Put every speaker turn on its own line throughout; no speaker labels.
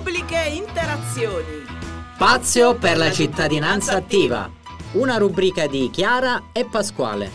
Pubbliche Interazioni.
Spazio per la cittadinanza attiva. Una rubrica di Chiara e Pasquale.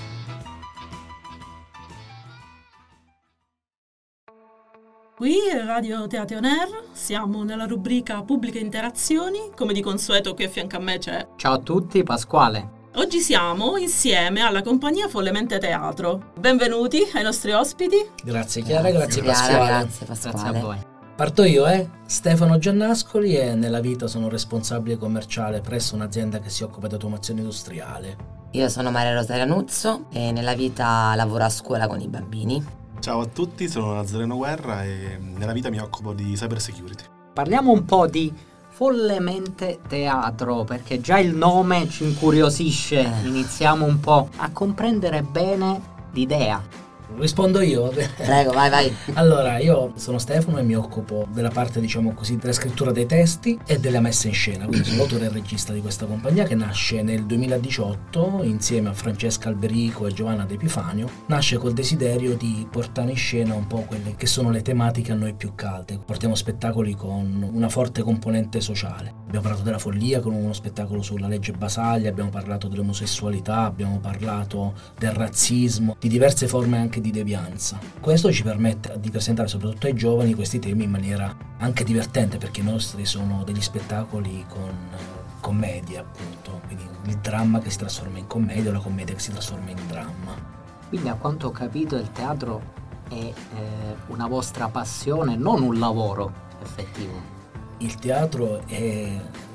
Qui Radio Teatro On Air, siamo nella rubrica Pubbliche Interazioni, come di consueto qui a fianco a me c'è...
Ciao a tutti, Pasquale.
Oggi siamo insieme alla compagnia Follemente Teatro. Benvenuti ai nostri ospiti.
Grazie Chiara, grazie Pasquale.
Grazie Pasquale.
Grazie a voi.
Parto io, Stefano Giannascoli e nella vita sono responsabile commerciale presso un'azienda che si occupa di automazione industriale.
Io sono Maria Rosaria Nuzzo e nella vita lavoro a scuola con i bambini.
Ciao a tutti, sono Nazareno Guerra e nella vita mi occupo di cyber security.
Parliamo un po' di Follemente Teatro, perché già il nome ci incuriosisce. Iniziamo un po' a comprendere bene l'idea.
Rispondo io?
Prego, vai.
Allora, io sono Stefano e mi occupo della parte, diciamo così, della scrittura dei testi e della messa in scena, quindi sono l'autore e il regista di questa compagnia che nasce nel 2018 insieme a Francesca Alberico e Giovanna D'Epifanio. Nasce col desiderio di portare in scena un po' quelle che sono le tematiche a noi più calde. Portiamo spettacoli con una forte componente sociale. Abbiamo parlato della follia con uno spettacolo sulla legge Basaglia, abbiamo parlato dell'omosessualità, abbiamo parlato del razzismo, di diverse forme anche di devianza. Questo ci permette di presentare soprattutto ai giovani questi temi in maniera anche divertente, perché i nostri sono degli spettacoli con commedia, appunto, quindi il dramma che si trasforma in commedia o la commedia che si trasforma in dramma.
Quindi, a quanto ho capito, il teatro è una vostra passione, non un lavoro effettivo. Il
teatro è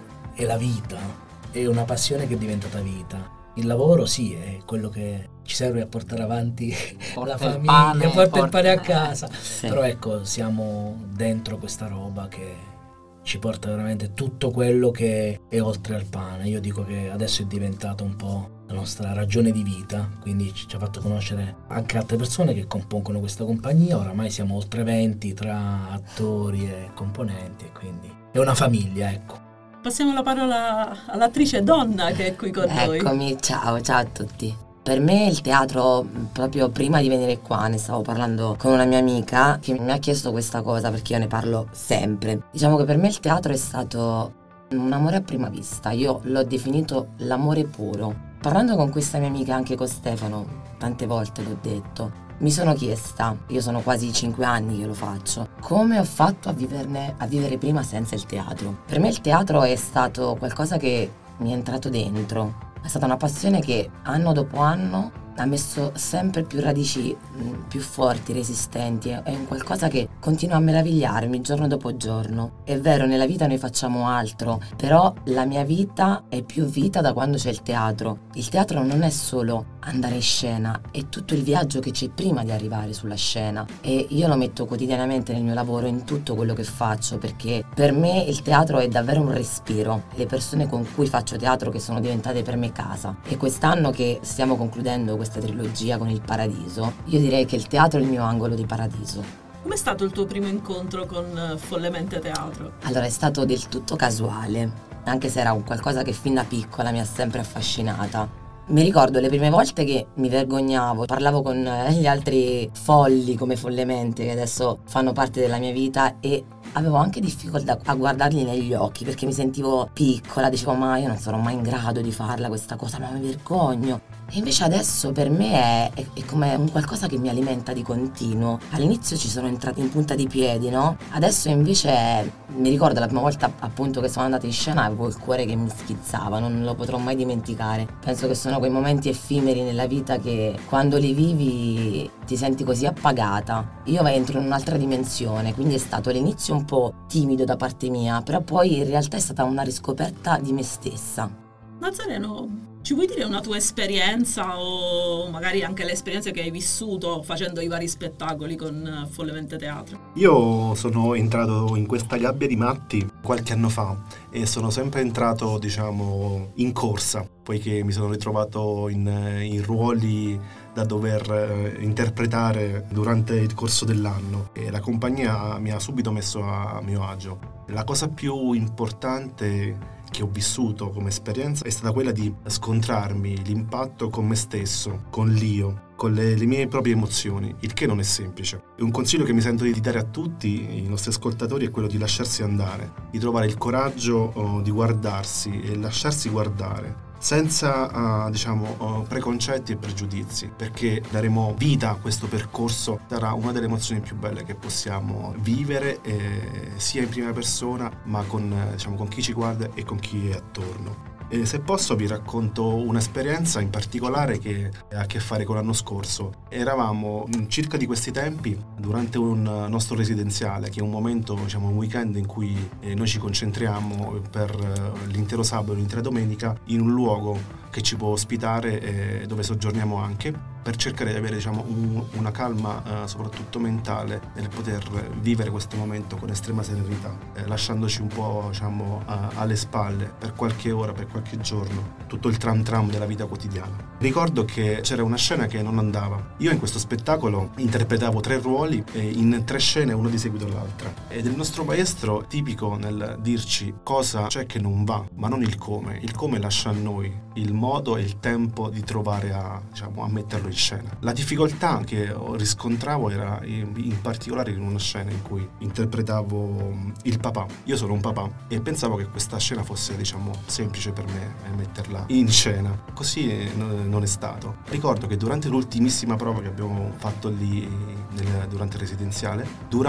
la vita, è una passione che è diventata vita. Il lavoro sì, è quello che ci serve a portare avanti la famiglia, porta il pane a casa. Sì. Però ecco, siamo dentro questa roba che ci porta veramente tutto quello che è oltre al pane. Io dico che adesso è diventato un po' la nostra ragione di vita, quindi ci ha fatto conoscere anche altre persone che compongono questa compagnia. Oramai siamo oltre 20 tra attori e componenti, e quindi è una famiglia, ecco.
Passiamo la parola all'attrice Donna che è qui con noi.
Eccomi, ciao a tutti. Per me il teatro, proprio prima di venire qua, ne stavo parlando con una mia amica che mi ha chiesto questa cosa perché io ne parlo sempre. Diciamo che per me il teatro è stato un amore a prima vista, io l'ho definito l'amore puro. Parlando con questa mia amica, anche con Stefano, tante volte l'ho detto, mi sono chiesta, io sono quasi 5 anni che lo faccio, come ho fatto a vivere prima senza il teatro. Per me il teatro è stato qualcosa che mi è entrato dentro, è stata una passione che anno dopo anno ha messo sempre più radici più forti, resistenti, è un qualcosa che continua a meravigliarmi giorno dopo giorno. È vero, nella vita noi facciamo altro, però la mia vita è più vita da quando c'è il teatro. Il teatro non è solo andare in scena, è tutto il viaggio che c'è prima di arrivare sulla scena, e io lo metto quotidianamente nel mio lavoro, in tutto quello che faccio, perché per me il teatro è davvero un respiro. Le persone con cui faccio teatro che sono diventate per me casa, e quest'anno che stiamo concludendo questa trilogia con il Paradiso, io direi che il teatro è il mio angolo di paradiso.
Com'è stato il tuo primo incontro con Follemente Teatro?
Allora, è stato del tutto casuale, anche se era un qualcosa che fin da piccola mi ha sempre affascinata. Mi ricordo le prime volte che mi vergognavo, parlavo con gli altri folli come Follemente che adesso fanno parte della mia vita, e avevo anche difficoltà a guardarli negli occhi perché mi sentivo piccola, dicevo ma io non sarò mai in grado di farla questa cosa, ma mi vergogno. E invece adesso per me è come un qualcosa che mi alimenta di continuo. All'inizio ci sono entrati in punta di piedi, no? Adesso invece mi ricordo la prima volta appunto che sono andata in scena, avevo il cuore che mi schizzava, non lo potrò mai dimenticare. Penso che sono quei momenti effimeri nella vita che quando li vivi ti senti così appagata. Io entro in un'altra dimensione, quindi è stato all'inizio un po' timido da parte mia, però poi in realtà è stata una riscoperta di me stessa.
Nazareno, ci vuoi dire una tua esperienza o magari anche le esperienze che hai vissuto facendo i vari spettacoli con Follemente Teatro?
Io sono entrato in questa gabbia di matti qualche anno fa e sono sempre entrato, diciamo, in corsa, poiché mi sono ritrovato in ruoli da dover interpretare durante il corso dell'anno, e la compagnia mi ha subito messo a mio agio. La cosa più importante che ho vissuto come esperienza è stata quella di scontrarmi l'impatto con me stesso, con l'io, con le mie proprie emozioni, il che non è semplice. E un consiglio che mi sento di dare a tutti i nostri ascoltatori è quello di lasciarsi andare, di trovare il coraggio di guardarsi e lasciarsi guardare, senza preconcetti e pregiudizi, perché daremo vita a questo percorso. Sarà una delle emozioni più belle che possiamo vivere, sia in prima persona, ma con chi ci guarda e con chi è attorno. E se posso vi racconto un'esperienza in particolare che ha a che fare con l'anno scorso. Eravamo circa di questi tempi durante un nostro residenziale, che è un momento, un weekend in cui noi ci concentriamo per l'intero sabato e l'intera domenica in un luogo che ci può ospitare, dove soggiorniamo anche, per cercare di avere una calma soprattutto mentale nel poter vivere questo momento con estrema serenità, lasciandoci un po' alle spalle per qualche ora, per qualche giorno, tutto il tram tram della vita quotidiana. Ricordo che c'era una scena che non andava. Io in questo spettacolo interpretavo 3 ruoli in 3 scene, uno di seguito all'altra, ed il nostro maestro tipico nel dirci cosa c'è che non va, ma non il come. Il come lascia a noi il modo e il tempo di trovare a metterlo in scena. La difficoltà che riscontravo era in particolare in una scena in cui interpretavo il papà. Io sono un papà e pensavo che questa scena fosse semplice per me metterla in scena. Così non è stato. Ricordo che durante l'ultimissima prova che abbiamo fatto lì durante il residenziale,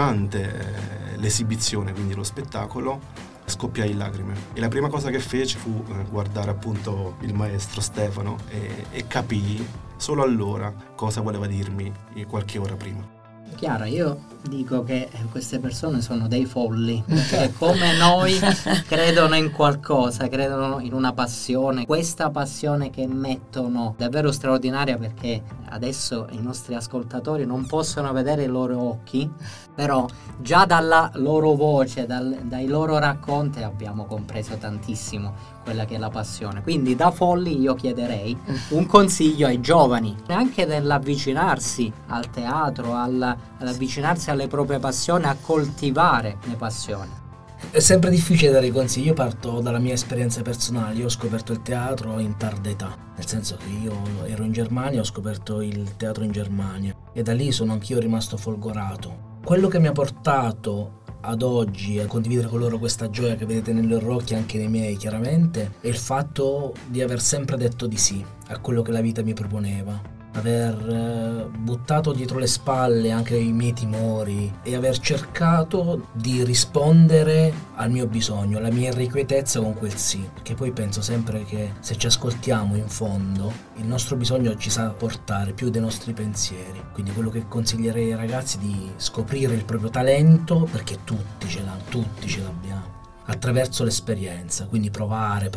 durante l'esibizione, quindi lo spettacolo, scoppiai in lacrime e la prima cosa che feci fu guardare appunto il maestro Stefano e capii solo allora cosa voleva dirmi qualche ora prima.
Chiara, io dico che queste persone sono dei folli, perché come noi credono in qualcosa, credono in una passione, questa passione che mettono davvero straordinaria, perché adesso i nostri ascoltatori non possono vedere i loro occhi, però già dalla loro voce, dai loro racconti abbiamo compreso tantissimo quella che è la passione. Quindi da folli io chiederei un consiglio ai giovani, anche nell'avvicinarsi al teatro, all'avvicinarsi alle proprie passioni, a coltivare le passioni.
È sempre difficile dare consigli. Io parto dalla mia esperienza personale. Io ho scoperto il teatro in tarda età, nel senso che io ero in Germania, ho scoperto il teatro in Germania e da lì sono anch'io rimasto folgorato. Quello che mi ha portato ad oggi a condividere con loro questa gioia che vedete nei loro occhi, anche nei miei chiaramente, è il fatto di aver sempre detto di sì a quello che la vita mi proponeva, aver buttato dietro le spalle anche i miei timori e aver cercato di rispondere al mio bisogno, alla mia irrequietezza con quel sì, che poi penso sempre che se ci ascoltiamo in fondo il nostro bisogno ci sa portare più dei nostri pensieri. Quindi quello che consiglierei ai ragazzi è di scoprire il proprio talento, perché tutti ce l'abbiamo, attraverso l'esperienza, quindi provare,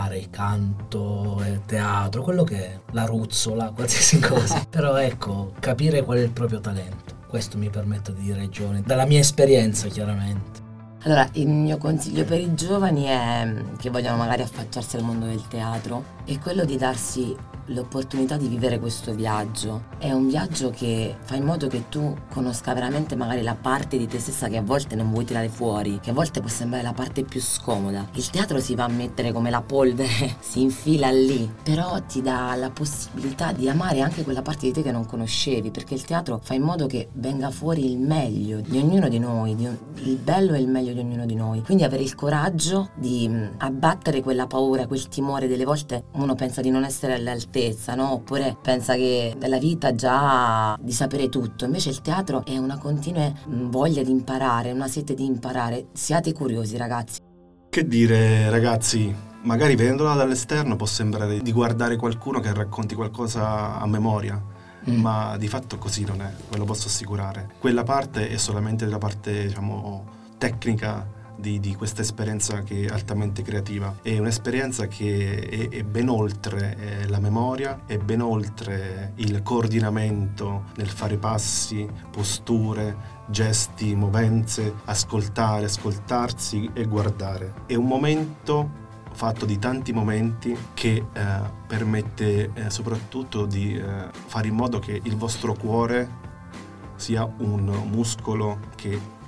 canto, teatro, quello che è, la ruzzola, qualsiasi cosa. Però ecco, capire qual è il proprio talento, questo mi permette di dire ai giovani, dalla mia esperienza chiaramente.
Allora, il mio consiglio per i giovani che vogliono magari affacciarsi al mondo del teatro è quello di darsi l'opportunità di vivere questo viaggio. È un viaggio che fa in modo che tu conosca veramente magari la parte di te stessa che a volte non vuoi tirare fuori, che a volte può sembrare la parte più scomoda. Il teatro si va a mettere come la polvere, si infila lì, però ti dà la possibilità di amare anche quella parte di te che non conoscevi, perché il teatro fa in modo che venga fuori il meglio di ognuno di noi, il bello e il meglio di ognuno di noi. Quindi avere il coraggio di abbattere quella paura, quel timore. Delle volte uno pensa di non essere all'altezza, no? Oppure pensa che nella vita già di sapere tutto. Invece il teatro è una continua voglia di imparare, una sete di imparare. Siate curiosi, ragazzi.
Che dire, ragazzi, magari vedendola dall'esterno può sembrare di guardare qualcuno che racconti qualcosa a memoria, ma di fatto così non è, ve lo posso assicurare. Quella parte è solamente la parte, tecnica di questa esperienza che è altamente creativa. È un'esperienza che è ben oltre la memoria, è ben oltre il coordinamento nel fare passi, posture, gesti, movenze, ascoltarsi e guardare. È un momento fatto di tanti momenti che permette soprattutto di fare in modo che il vostro cuore sia un muscolo che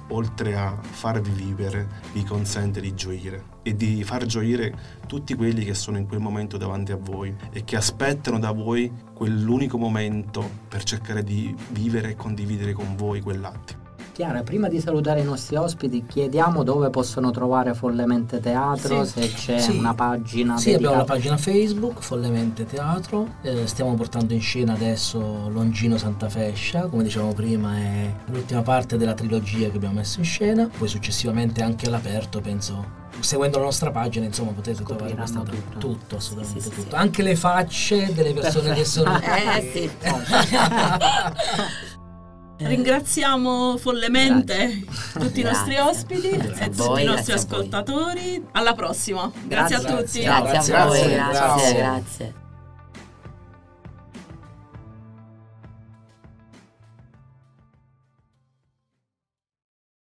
oltre a farvi vivere, vi consente di gioire e di far gioire tutti quelli che sono in quel momento davanti a voi e che aspettano da voi quell'unico momento per cercare di vivere e condividere con voi quell'attimo.
Chiara, prima di salutare i nostri ospiti, chiediamo dove possono trovare Follemente Teatro, se c'è una pagina dedicata.
Abbiamo la pagina Facebook, Follemente Teatro, stiamo portando in scena adesso Longino Santa Fescia, come dicevamo prima è l'ultima parte della trilogia che abbiamo messo in scena, poi successivamente anche all'aperto, penso. Seguendo la nostra pagina, insomma, potete trovare tutto, assolutamente tutto. Sì. Anche le facce delle persone che sono
sì.
Ringraziamo follemente tutti i nostri ospiti e tutti i nostri ascoltatori. Alla prossima. Grazie a tutti.
Grazie a voi, grazie.